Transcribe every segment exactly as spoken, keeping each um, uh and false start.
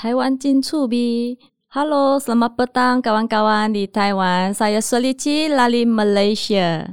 Taiwan Jinchubi. Halo, selamat petang kawan-kawan di Taiwan. Saya Selici Lali Malaysia.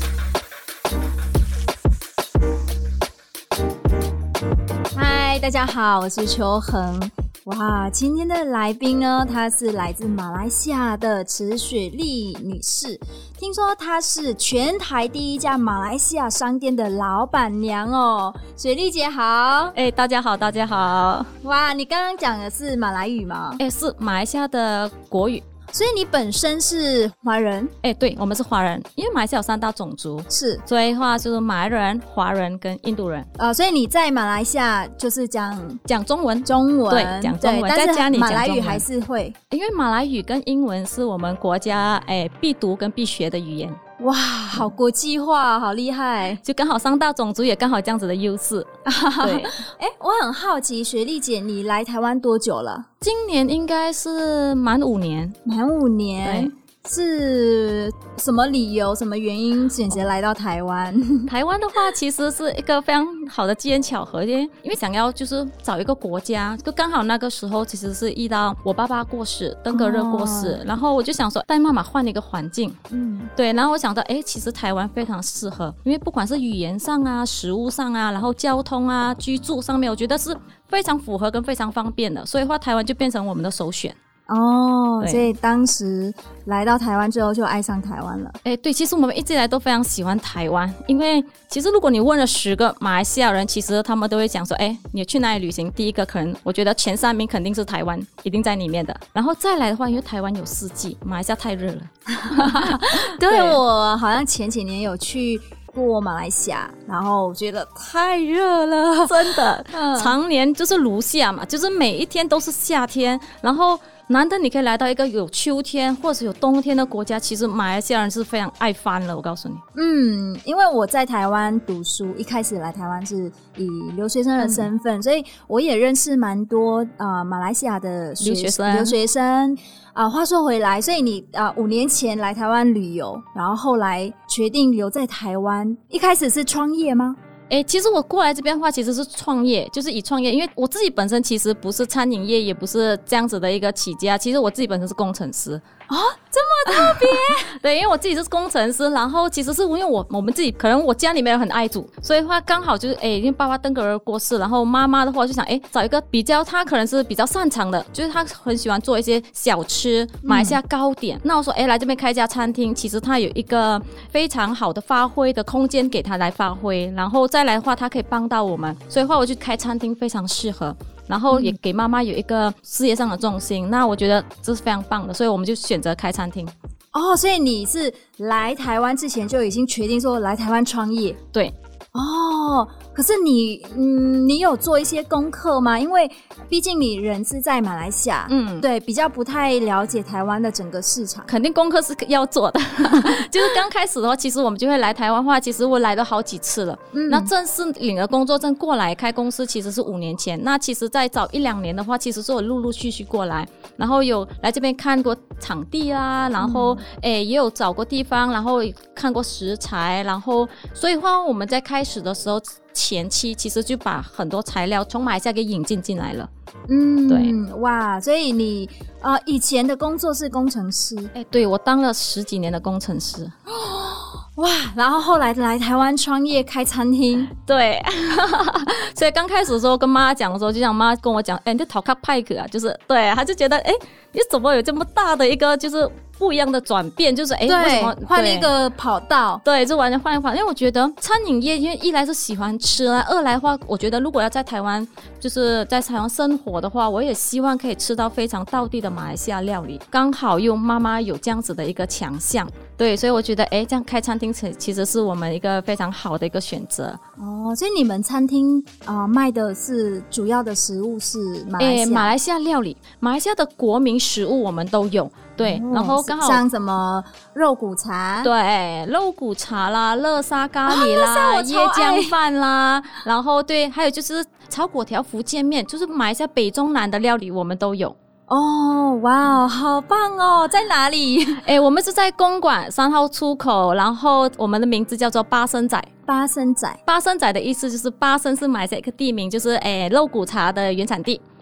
嗨，大家好，我是秋恒。哇，今天的来宾呢，她是来自马来西亚的池雪莉女士。听说她是全台第一家马来西亚商店的老板娘哦。雪莉姐好。 哎，大家好，大家好。 哇，你刚刚讲的是马来语吗？ 哎，是马来西亚的国语。 所以你本身是华人？ 哎，对，我们是华人，因为马来西亚有三大种族， 是， 所以的话就是马来人、华人跟印度人。 呃，所以你在马来西亚就是讲讲中文， 中文， 对，讲中文， 但是在家里讲中文， 马来语还是会， 因为马来语跟英文是我们国家哎必读跟必学的语言。 哇，好国际化，好厉害！ 就刚好三大种族也刚好这样子的优势。对， 哎，我很好奇，雪莉姐，你来台湾多久了？ 今年应该是满五年。 满五年。是什么理由、什么原因选择来到台湾？ 台湾的话，其实是一个非常好的机缘巧合，因为因为想要就是找一个国家，就刚好那个时候其实是遇到我爸爸过世，登革热过世，哦、然后我就想说带妈妈换一个环境，嗯，对，然后我想到，哎，其实台湾非常适合，因为不管是语言上啊、食物上啊，然后交通啊、居住上面，我觉得是非常符合跟非常方便的，所以的话台湾就变成我们的首选。 哦，所以当时来到台湾之后就爱上台湾了。 哎，对，其实我们一直以来都非常喜欢台湾，因为其实如果你问了十个马来西亚人，其实他们都会讲说，哎，你去哪里旅行？第一个可能我觉得前三名肯定是台湾，一定在里面的。然后再来的话，因为台湾有四季，马来西亚太热了。 对，对我好像前几年有去过马来西亚，然后我觉得太热了， 真的，嗯、常年就是如夏嘛，就是每一天都是夏天，然后。难得你可以来到一个有秋天或者有冬天的国家，其实马来西亚人是非常爱翻了，我告诉你。 嗯，因为我在台湾读书，一开始来台湾是以留学生的身份，嗯、所以我也认识蛮多啊、呃、马来西亚的学留学生。 留学生啊、呃，话说回来，所以你啊、呃、五年前来台湾旅游，然后后来决定留在台湾，一开始是创业吗？ 诶，其实我过来这边的话其实是创业，就是以创业，因为我自己本身其实不是餐饮业，也不是这样子的一个起家，其实我自己本身是工程师。 啊、哦，这么特别对，因为我自己是工程师，然后其实是因为我我们自己可能我家里面人很爱煮，所以的话刚好就是诶，因为爸爸登革热过世，然后妈妈的话就想诶找一个比较他可能是比较擅长的，就是他很喜欢做一些小吃，马来西亚糕点、嗯、那我说诶来这边开一家餐厅，其实他有一个非常好的发挥的空间给他来发挥，然后再来的话他可以帮到我们，所以的话我就开餐厅非常适合，然后也给妈妈有一个事业上的重心、嗯、那我觉得这是非常棒的，所以我们就选择开餐厅。 哦，所以你是来台湾之前就已经决定说来台湾创业？ 对。 哦，可是你嗯，你有做一些功课吗？因为毕竟你人是在马来西亚，嗯，对，比较不太了解台湾的整个市场。 肯定功课是要做的就是刚开始的话，其实我们就会来台湾的话，其实我来了好几次了、嗯、那正式领了工作证过来开公司其实是五年前，那其实在早一两年的话，其实是我陆陆续续过来，然后有来这边看过场地啦，然后、嗯、诶也有找过地方，然后看过食材，然后所以话我们在开始的时候前期其实就把很多材料从马来西亚给引进进来了。 嗯，对，哇，所以你呃以前的工作是工程师？ 哎，对，我当了十几年的工程师。 哇，然后后来来台湾创业开餐厅。 对所以刚开始的时候跟妈讲的时候，就像妈跟我讲，哎，你这头壳派克啊，就是对，她就觉得哎，你怎么有这么大的一个就是不一样的转变，就是哎，为什么换了一个跑道？ 对，就完全换一换。因为我觉得餐饮业，因为一来是喜欢吃啊，二来的话，我觉得如果要在台湾，就是在台湾生活的话，我也希望可以吃到非常道地的马来西亚料理。刚好又妈妈有这样子的一个强项，对，所以我觉得哎，这样开餐厅其实是我们一个非常好的一个选择。 哦，所以你们餐厅啊、呃、卖的是主要的食物是马来西亚？ 马来西亚料理，马来西亚的国民食物我们都有。对、哦，然后刚好像什么肉骨茶， 对，肉骨茶啦，乐沙咖喱啦，哦、椰浆饭啦，然后对，还有就是炒粿条、福建面，就是马来西亚北中南的料理我们都有。 哦，哇，好棒哦！在哪里？ 哎，我们是在公馆三号出口，然后我们的名字叫做巴生仔。 巴生仔， 巴生仔的意思就是巴生是马来西亚一个地名，就是哎肉骨茶的原产地。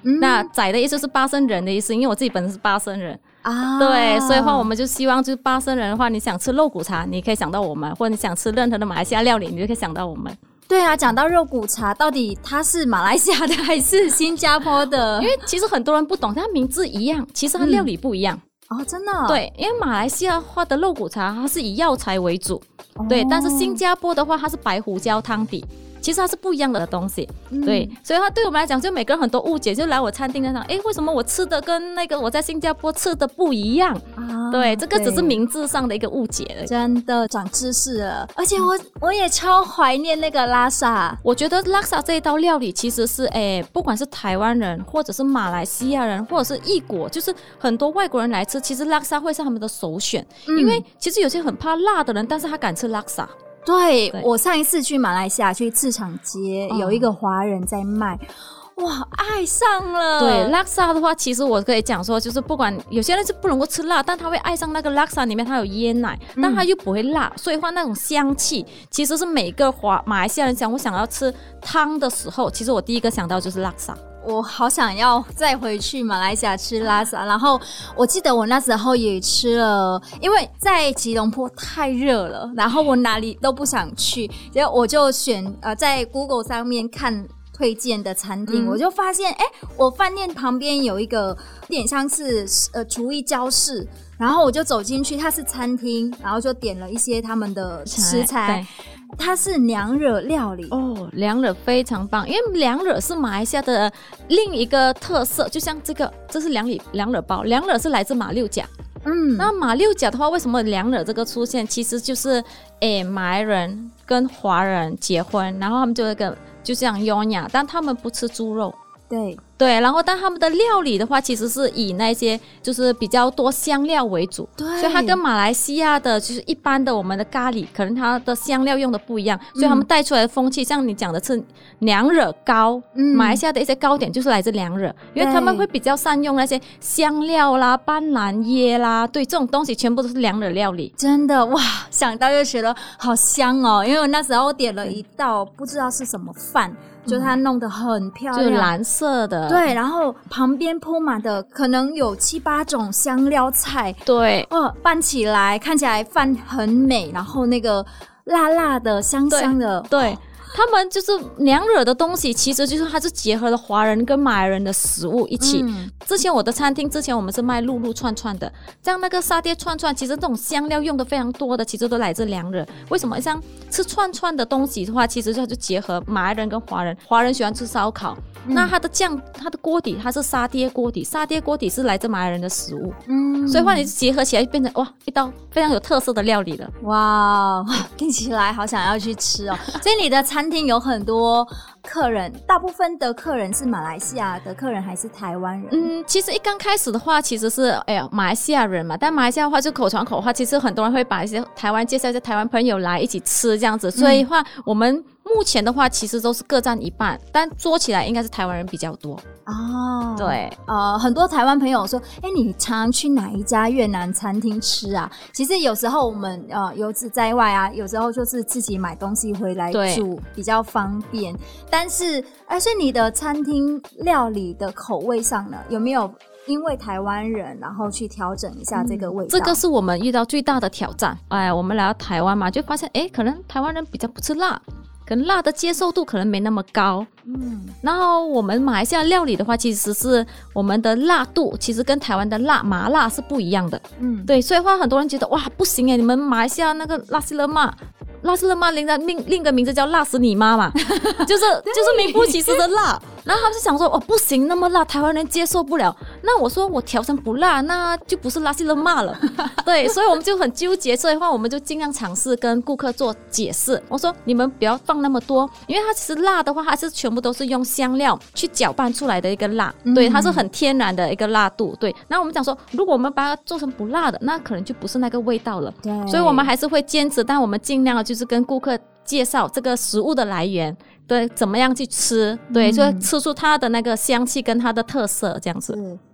嗯、那仔的意思是巴生人的意思，因为我自己本身是巴生人啊， 对，所以的话我们就希望就是巴生人的话，你想吃肉骨茶你可以想到我们，或者你想吃任何的马来西亚料理你就可以想到我们。 对啊，讲到肉骨茶，到底它是马来西亚的还是新加坡的？ 因为其实很多人不懂，它名字一样，其实它料理不一样、 嗯、哦，真的、哦？ 对，因为马来西亚话的肉骨茶它是以药材为主、哦、对，但是新加坡的话它是白胡椒汤底，其实它是不一样的东西、嗯、对，所以它对我们来讲就每个人很多误解，就来我餐厅在讲，诶，为什么我吃的跟那个我在新加坡吃的不一样、啊、对，这个只是名字上的一个误解而已。 真的长知识了，而且我我也超怀念那个拉萨。 我觉得拉萨这一道料理其实是诶，不管是台湾人或者是马来西亚人或者是异国，就是很多外国人来吃，其实拉萨会是他们的首选、嗯、因为其实有些很怕辣的人，但是他敢吃拉萨。 对，对，我上一次去马来西亚去赤场街、哦、有一个华人在卖，哇，爱上了。 对，拉萨的话其实我可以讲说，就是不管有些人是不能够吃辣，但他会爱上那个拉萨里面它有椰奶、嗯、但它又不会辣，所以话那种香气其实是每个华马来西亚人想我想要吃汤的时候，其实我第一个想到就是拉萨。 我好想要再回去马来西亚吃拉萨，然后我记得我那时候也吃了，因为在吉隆坡太热了，然后我哪里都不想去，结果我就选呃在 Google 上面看推荐的餐厅、嗯、我就发现哎，我饭店旁边有一个有点像是呃厨艺教室，然后我就走进去，它是餐厅，然后就点了一些他们的食材，它是娘惹料理哦，娘惹非常棒，因为娘惹是马来西亚的另一个特色，就像这个，这是娘惹娘惹包，娘惹是来自马六甲。嗯，那马六甲的话，为什么娘惹这个出现？其实就是诶，马来人跟华人结婚，然后他们就那个就这样优雅，但他们不吃猪肉。 对对，然后但他们的料理的话其实是以那些就是比较多香料为主，对，所以它跟马来西亚的就是一般的我们的咖喱可能它的香料用的不一样，所以他们带出来的风气、嗯、像你讲的是娘惹糕、嗯、马来西亚的一些糕点就是来自娘惹，因为他们会比较善用那些香料啦、斑斓椰啦，对，这种东西全部都是娘惹料理。 真的哇，想到就觉得好香哦，因为我那时候点了一道不知道是什么饭，就它弄得很漂亮， 就蓝色的， 对，然后旁边铺满的可能有七八种香料菜， 对， 哦，拌起来看起来饭很美，然后那个辣辣的香香的， 对，对，他们就是娘惹的东西其实就是它是结合了华人跟马来人的食物一起、嗯、之前我的餐厅之前我们是卖露露串串的，像那个沙爹串串其实这种香料用的非常多的其实都来自娘惹。为什么像吃串串的东西的话，其实它就结合马来人跟华人，华人喜欢吃烧烤、嗯、那它的酱它的锅底它是沙爹锅底，沙爹锅底是来自马来人的食物，嗯，所以话你结合起来变成哇一道非常有特色的料理了。 哇，听起来好想要去吃哦。所以你的餐厅有很多客人，大部分的客人是马来西亚的客人还是台湾人？ 嗯，其实一刚开始的话其实是哎呀马来西亚人嘛，但马来西亚的话就口传口的话，其实很多人会把一些台湾介绍一些台湾朋友来一起吃这样子，所以的话、嗯、我们目前的话其实都是各占一半，但做起来应该是台湾人比较多哦。对， 呃，很多台湾朋友说，哎，你常去哪一家越南餐厅吃啊？其实有时候我们呃游子在外啊，有时候就是自己买东西回来煮比较方便。但是，而是你的餐厅料理的口味上呢，有没有因为台湾人然后去调整一下这个味道？ 嗯、这个是我们遇到最大的挑战。哎，我们来到台湾嘛，就发现哎，可能台湾人比较不吃辣。可能辣的接受度可能没那么高，嗯，然后我们马来西亚料理的话，其实是我们的辣度其实跟台湾的辣麻辣是不一样的，嗯，对，所以话很多人觉得哇不行哎，你们马来西亚那个辣西勒玛，辣西勒玛另另另一个名字叫辣死你妈嘛，就是就是名副其实的辣。然后他们就想说哦不行那么辣，台湾人接受不了。那我说我调成不辣，那就不是拉西勒玛了。对，所以我们就很纠结，所以的话我们就尽量尝试跟顾客做解释。我说你们不要放那么多，因为它其实辣的话，它是全部都是用香料去搅拌出来的一个辣，嗯、对，它是很天然的一个辣度。对，那我们讲说，如果我们把它做成不辣的，那可能就不是那个味道了。对，所以我们还是会坚持，但我们尽量就是跟顾客介绍这个食物的来源。对，怎么样去吃？对，嗯、就吃出它的那个香气跟它的特色，这样子。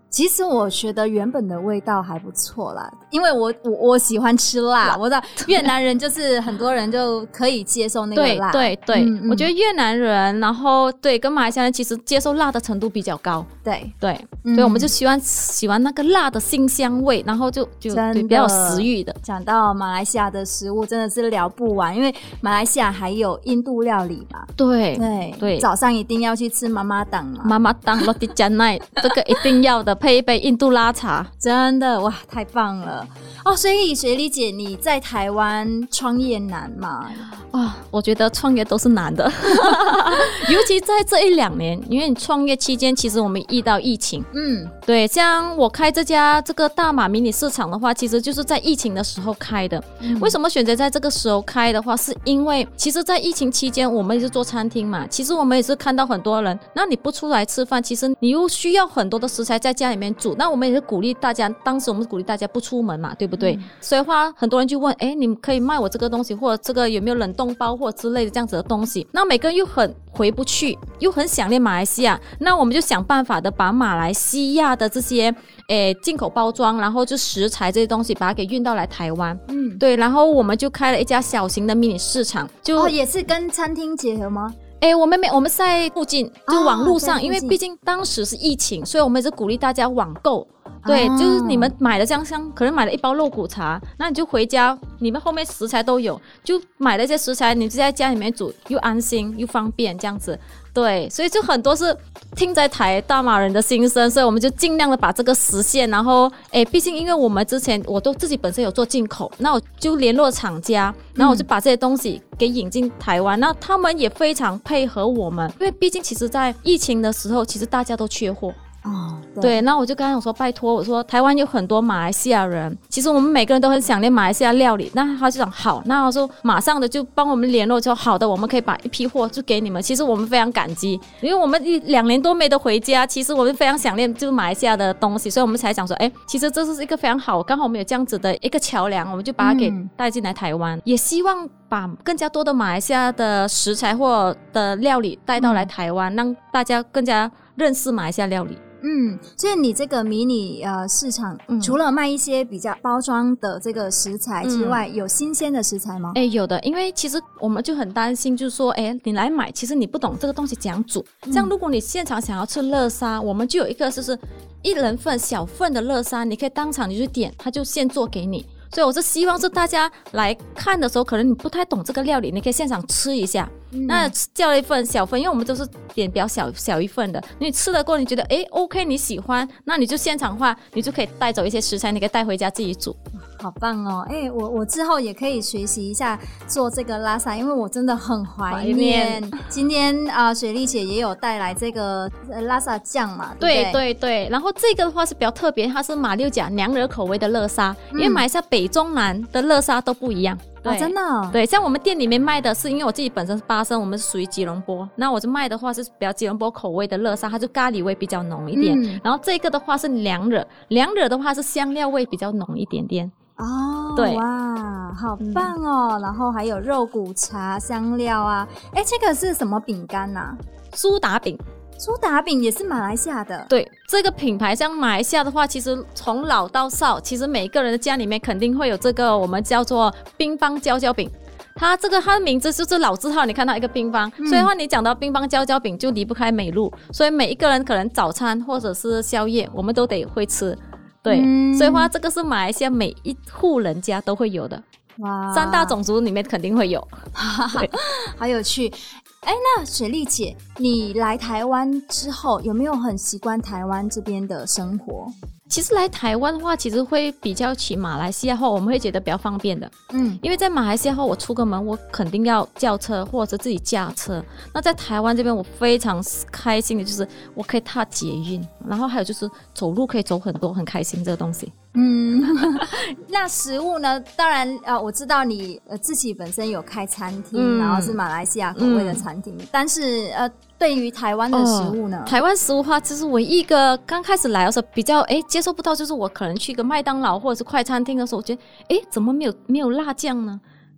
其实我觉得原本的味道还不错啦，因为我我我喜欢吃辣，我知道越南人就是很多人就可以接受那个辣， 对对对、 嗯嗯、 我觉得越南人，然后对跟马来西亚人其实接受辣的程度比较高， 对对、 嗯， 所以我们就喜欢喜欢那个辣的腥香味，然后就就对比较有食欲的。 讲到马来西亚的食物真的是聊不完，因为马来西亚还有印度料理嘛， 对对对， 早上一定要去吃妈妈档嘛， 妈妈档 Roti Canai 这个一定要的，配一杯印度拉茶， 真的哇，太棒了哦！所以雪莉姐，你在台湾创业难吗？ 啊，我觉得创业都是难的，尤其在这一两年，因为你创业期间，其实我们遇到疫情， 嗯， 对，像我开这家这个大马迷你市场的话，其实就是在疫情的时候开的。嗯、为什么选择在这个时候开的话，是因为其实，在疫情期间，我们也是做餐厅嘛，其实我们也是看到很多人，那你不出来吃饭，其实你又需要很多的食材在家里面煮，那我们也是鼓励大家，当时我们鼓励大家不出门嘛，对不对？嗯、所以话很多人就问，哎，你们可以卖我这个东西，或者这个有没有冷冻包或者之类的这样子的东西？那每个人又很回不去，又很想念马来西亚，那我们就想办法的把马来西亚的这些诶进口包装，然后就食材这些东西把它给运到来台湾。嗯，对，然后我们就开了一家小型的迷你市场，就、 哦、也是跟餐厅结合吗？ 哎，我们没，我们在附近，就网络上， 哦、 因为毕竟当时是疫情，所以我们也是鼓励大家网购。对、哦，就是你们买的这样像，可能买了一包肉骨茶，那你就回家，你们后面食材都有，就买了一些食材，你就在家里面煮，又安心又方便这样子。对，所以就很多是听在台大马人的心声，所以我们就尽量的把这个实现。然后，哎，毕竟因为我们之前我都自己本身有做进口，那我就联络厂家，然后我就把这些东西给引进台湾，那他们也非常配合我们，因为毕竟其实在疫情的时候，其实大家都缺货。 哦， 对，那我就跟他说拜托，我说台湾有很多马来西亚人，其实我们每个人都很想念马来西亚料理，那他就讲好，那他说马上的就帮我们联络，就好的，我们可以把一批货就给你们。其实我们非常感激，因为我们两年多没得回家，其实我们非常想念就是马来西亚的东西，所以我们才想说，哎，其实这是一个非常好，刚好我们有这样子的一个桥梁，我们就把它给带进来台湾，嗯、也希望把更加多的马来西亚的食材或的料理带到来台湾，嗯、让大家更加认识马来西亚料理。 嗯，所以你这个迷你呃市场、嗯，除了卖一些比较包装的这个食材之外，嗯、有新鲜的食材吗？ 哎，有的，因为其实我们就很担心，就是说，哎，你来买，其实你不懂这个东西怎样煮。这样，如果你现场想要吃叻沙，我们就有一个就是一人份小份的叻沙，你可以当场你去点，他就现做给你。所以我是希望是大家来看的时候，可能你不太懂这个料理，你可以现场吃一下。嗯、那叫了一份小份，因为我们都是点比较小小一份的，你吃了过后你觉得诶 OK 你喜欢，那你就现场化，你就可以带走一些食材，你可以带回家自己煮。 好棒哦！哎、欸，我我之后也可以学习一下做这个拉萨，因为我真的很怀念。今天啊、呃，雪莉姐也有带来这个拉萨酱嘛，对对对对。然后这个的话是比较特别，它是马六甲娘惹口味的叻沙，嗯、因为马来西亚北中南的叻沙都不一样。 对、哦，真的、哦。 对，像我们店里面卖的是，因为我自己本身是巴生，我们是属于吉隆坡，那我就卖的话是比较吉隆坡口味的叻沙，它就咖喱味比较浓一点。嗯、然后这个的话是娘惹，娘惹的话是香料味比较浓一点点。 哦， 对， 哇，好棒哦！嗯、然后还有肉骨茶、香料啊，哎，这个是什么饼干啊？ 苏打饼。 苏打饼也是马来西亚的。 对，这个品牌像马来西亚的话，其实从老到少，其实每一个人的家里面肯定会有这个我们叫做乒乓焦焦饼。它这个它的名字就是老字号，你看到一个乒乓，嗯、所以的话你讲到乒乓焦焦饼就离不开美露，所以每一个人可能早餐或者是宵夜，我们都得会吃。对，嗯、所以的话这个是马来西亚每一户人家都会有的。哇，三大种族里面肯定会有。对， 好有趣。哎，那雪莉姐，你来台湾之后有没有很习惯台湾这边的生活？ 其实来台湾的话，其实会比较起马来西亚后，我们会觉得比较方便的。嗯，因为在马来西亚后，我出个门，我肯定要叫车或者自己驾车。那在台湾这边，我非常开心的就是我可以踏捷运，然后还有就是走路可以走很多，很开心这个东西。 嗯，那食物呢？当然，呃，我知道你呃自己本身有开餐厅，嗯、然后是马来西亚口味的餐厅，嗯、但是呃，对于台湾的食物呢？ 呃、台湾食物的话，就是我一个刚开始来的时候比较哎接受不到，就是我可能去一个麦当劳或者是快餐厅的时候，我觉得哎怎么没有没有辣酱呢？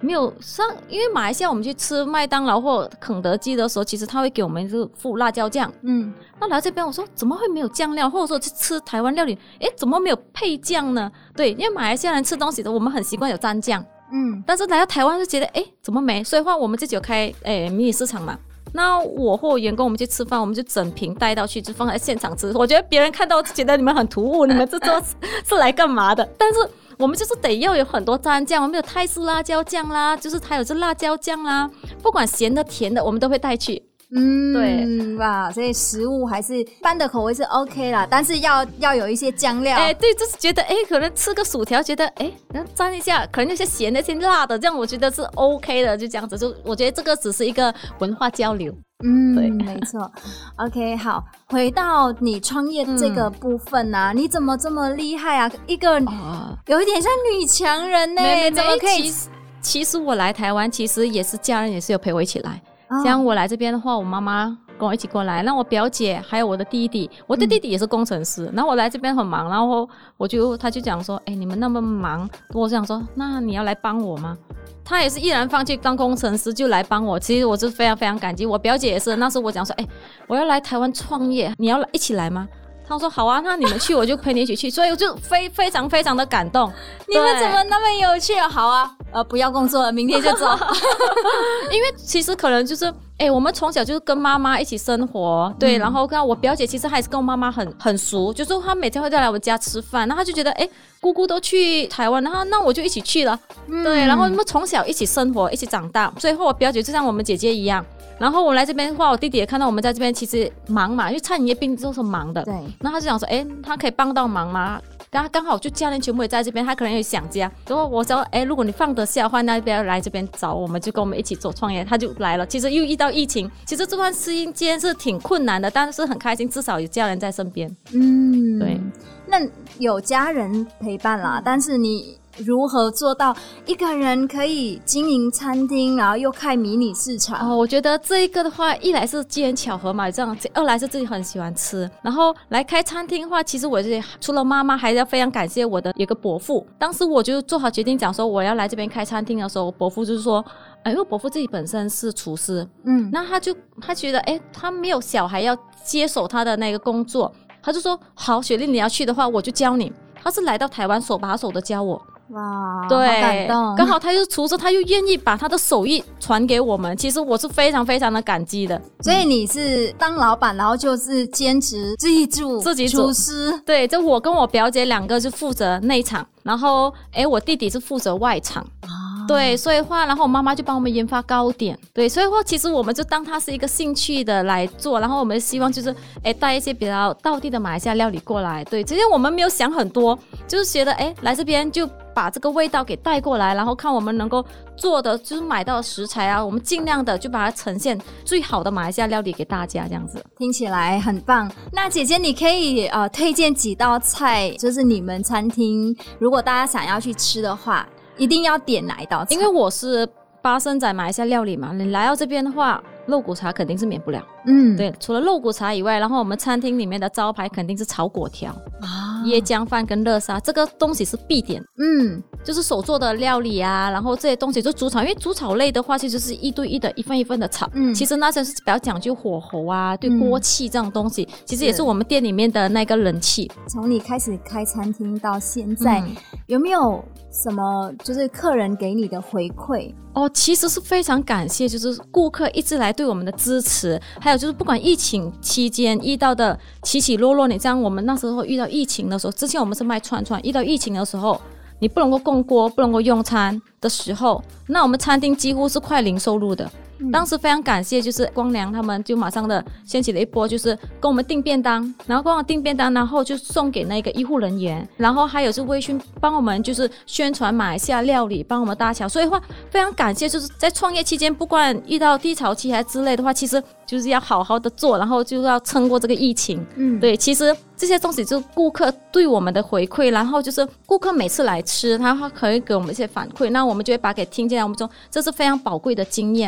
没有上，因为马来西亚我们去吃麦当劳或肯德基的时候，其实他会给我们这个附辣椒酱。嗯，那来这边我说怎么会没有酱料，或者说去吃台湾料理，诶，怎么没有配酱呢？对，因为马来西亚人吃东西的，我们很习惯有蘸酱。嗯，但是来到台湾就觉得，诶，怎么没？所以话我们自己有开诶迷你市场嘛。那我或员工我们去吃饭，我们就整瓶带到去，就放在现场吃。我觉得别人看到就觉得你们很突兀，你们这桌是来干嘛的？但是我们就是得要有很多蘸酱，我们有泰式辣椒酱啦，就是还有这辣椒酱啦，不管咸的甜的我们都会带去。 嗯，对哇，所以食物还是一般的口味是 OK 啦，但是要要有一些酱料。 哎，对，就是觉得哎，可能吃个薯条，觉得哎，蘸一下，可能有些咸的、些辣的，这样我觉得是 OK 的，就这样子。就我觉得这个只是一个文化交流。 嗯，对，没错。OK， 好，回到你创业这个部分啊，嗯、你怎么这么厉害啊？一个、哦、有一点像女强人呢、欸，怎么可以？ 其实，其实我来台湾，其实也是家人也是有陪我一起来。像我来这边的话，我妈妈跟我一起过来，那我表姐还有我的弟弟，我的弟弟也是工程师，嗯、然后我来这边很忙，然后我就他就讲说，哎，你们那么忙，我想说，那你要来帮我吗？他也是毅然放弃当工程师就来帮我，其实我是非常非常感激。我表姐也是，那时候我讲说，哎，我要来台湾创业，你要来一起来吗？他说好啊，那你们去我就陪你一起去，所以我就非非常非常的感动。 你们怎么那么有趣啊？好啊，呃，不要工作了，明天就走。 因为其实可能就是，哎、欸，我们从小就是跟妈妈一起生活，对，嗯、然后看我表姐其实还是跟我妈妈很很熟，就是她每天会再来我家吃饭，然后她就觉得，哎、欸，姑姑都去台湾，然后那我就一起去了，嗯、对，然后我们从小一起生活，一起长大，最后我表姐就像我们姐姐一样。然后我来这边的话，我弟弟也看到我们在这边其实忙嘛，因为餐饮业并不是忙的。对。然后他就想说，哎，他可以帮到忙吗？刚刚好就家人全部也在这边，他可能也想家。然后我说，哎，如果你放得下的话，那不要来这边找我们，就跟我们一起做创业。他就来了。其实又遇到疫情，其实这段时间是挺困难的，但是很开心，至少有家人在身边。嗯，对。 那有家人陪伴啦，但是你如何做到一个人可以经营餐厅，然后又开迷你市场？ 哦，我觉得这一个的话，一来是机缘巧合嘛，这样；二来是自己很喜欢吃。然后来开餐厅的话，其实我除了妈妈，还要非常感谢我的一个伯父。当时我就做好决定，讲说我要来这边开餐厅的时候，我伯父就是说，因为我伯父自己本身是厨师，嗯，那他就他觉得，哎，他没有小孩要接手他的那个工作。他就说好，雪莉你要去的话我就教你。他是来到台湾手把手的教我。 哇， 对， 好感动。 刚好他又厨师，他又愿意把他的手艺传给我们，其实我是非常非常的感激的。 所以你是当老板，然后就是兼职自己煮自己煮厨师。 对，就我跟我表姐两个是负责内场，然后哎，我弟弟是负责外场。对，所以话，然后我妈妈就帮我们研发糕点。对，所以话，其实我们就当它是一个兴趣的来做，然后我们希望就是，哎，带一些比较道地的马来西亚料理过来。对，其实我们没有想很多，就是觉得，哎，来这边就把这个味道给带过来，然后看我们能够做的，就是买到的食材啊，我们尽量的就把它呈现最好的马来西亚料理给大家，这样子。 听起来很棒。那姐姐，你可以呃推荐几道菜，就是你们餐厅如果大家想要去吃的话，一定要点哪一道菜？ 因为我是巴生仔马来西亚料理嘛，你来到这边的话，肉骨茶肯定是免不了。嗯，对，除了肉骨茶以外，然后我们餐厅里面的招牌肯定是炒粿条、啊、椰浆饭跟热沙，这个东西是必点。嗯，就是手做的料理啊，然后这些东西就煮炒，因为煮炒类的话，其实是一对一的，一份一份的炒。嗯，其实那些是比较讲究火候啊，对锅气这种东西，嗯、其实也是我们店里面的那个人气。 从你开始开餐厅到现在，嗯、有没有什么就是客人给你的回馈？ 哦，其实是非常感谢，就是顾客一直来对我们的支持，还有就是不管疫情期间遇到的起起落落，你像我们那时候遇到疫情的时候，之前我们是卖串串，遇到疫情的时候，你不能够供锅，不能够用餐的时候，那我们餐厅几乎是快零收入的。当时非常感谢，就是光良他们就马上的掀起了一波，就是跟我们订便当，然后帮我订便当，然后就送给那个医护人员，然后还有是微醺帮我们就是宣传马来西亚料理，帮我们搭桥。所以的话非常感谢，就是在创业期间，不管遇到低潮期还是之类的话，其实就是要好好的做，然后就要撑过这个疫情。嗯，对，其实这些东西就是顾客对我们的回馈，然后就是顾客每次来吃，他可以给我们一些反馈，那我们就会把它给听进来，我们说这是非常宝贵的经验。对，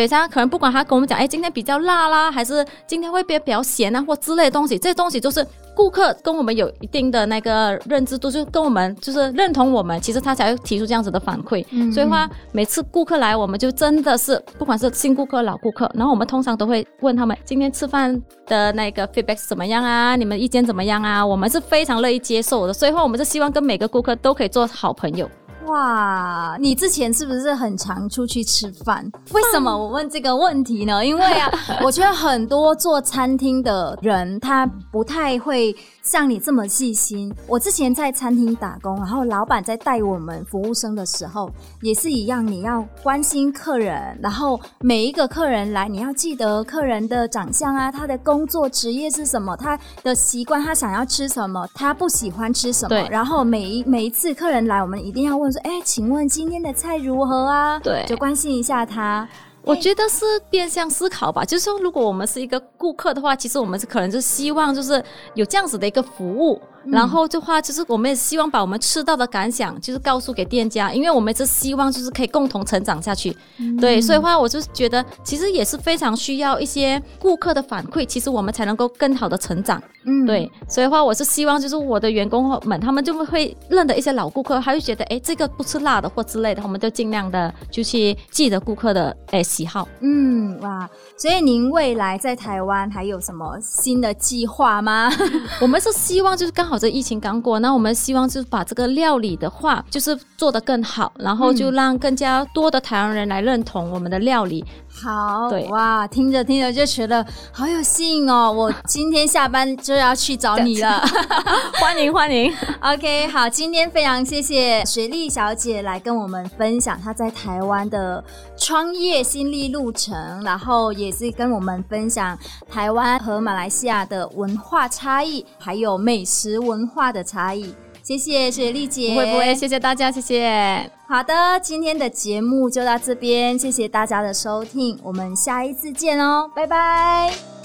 下可能不管他跟我们讲，哎，今天比较辣啦，还是今天会比较咸啊，或之类的东西，这些东西就是顾客跟我们有一定的那个认知度，就跟我们就是认同我们，其实他才会提出这样子的反馈。嗯，所以话每次顾客来，我们就真的是不管是新顾客、老顾客，然后我们通常都会问他们今天吃饭的那个 feedback 怎么样啊，你们意见怎么样啊，我们是非常乐意接受的，所以话我们是希望跟每个顾客都可以做好朋友。 哇，你之前是不是很常出去吃饭？为什么我问这个问题呢？因为啊，我觉得很多做餐厅的人他不太会像你这么细心。我之前在餐厅打工，然后老板在带我们服务生的时候也是一样，你要关心客人，然后每一个客人来你要记得客人的长相啊，他的工作职业是什么，他的习惯，他想要吃什么，他不喜欢吃什么，然后每一每一次客人来我们一定要问说，哎，请问今天的菜如何啊？ 对， 就关心一下他。 我觉得是变相思考吧，就是说如果我们是一个顾客的话，其实我们是可能就希望就是有这样子的一个服务，嗯，然后的话就是我们也希望把我们吃到的感想就是告诉给店家，因为我们是希望就是可以共同成长下去。嗯，对，所以的话我就觉得其实也是非常需要一些顾客的反馈，其实我们才能够更好的成长。嗯，对，所以的话我是希望就是我的员工们他们就会认得一些老顾客，他就觉得哎这个不吃辣的或之类的，我们就尽量的就去记得顾客的哎喜好。 嗯，哇，所以您未来在台湾还有什么新的计划吗？ 我们是希望就是刚好这疫情刚过，那我们希望就是把这个料理的话就是做得更好，然后就让更加多的台湾人来认同我们的料理。 好，对，哇，听着听着就觉得好有吸引哦！我今天下班就要去找你了， 欢迎欢迎。 OK， 好，今天非常谢谢雪莉小姐来跟我们分享她在台湾的创业心历路程，然后也是跟我们分享台湾和马来西亚的文化差异，还有美食文化的差异。谢谢雪莉姐。 不会不会，谢谢大家，谢谢。 好的，今天的节目就到这边，谢谢大家的收听，我们下一次见哦，拜拜。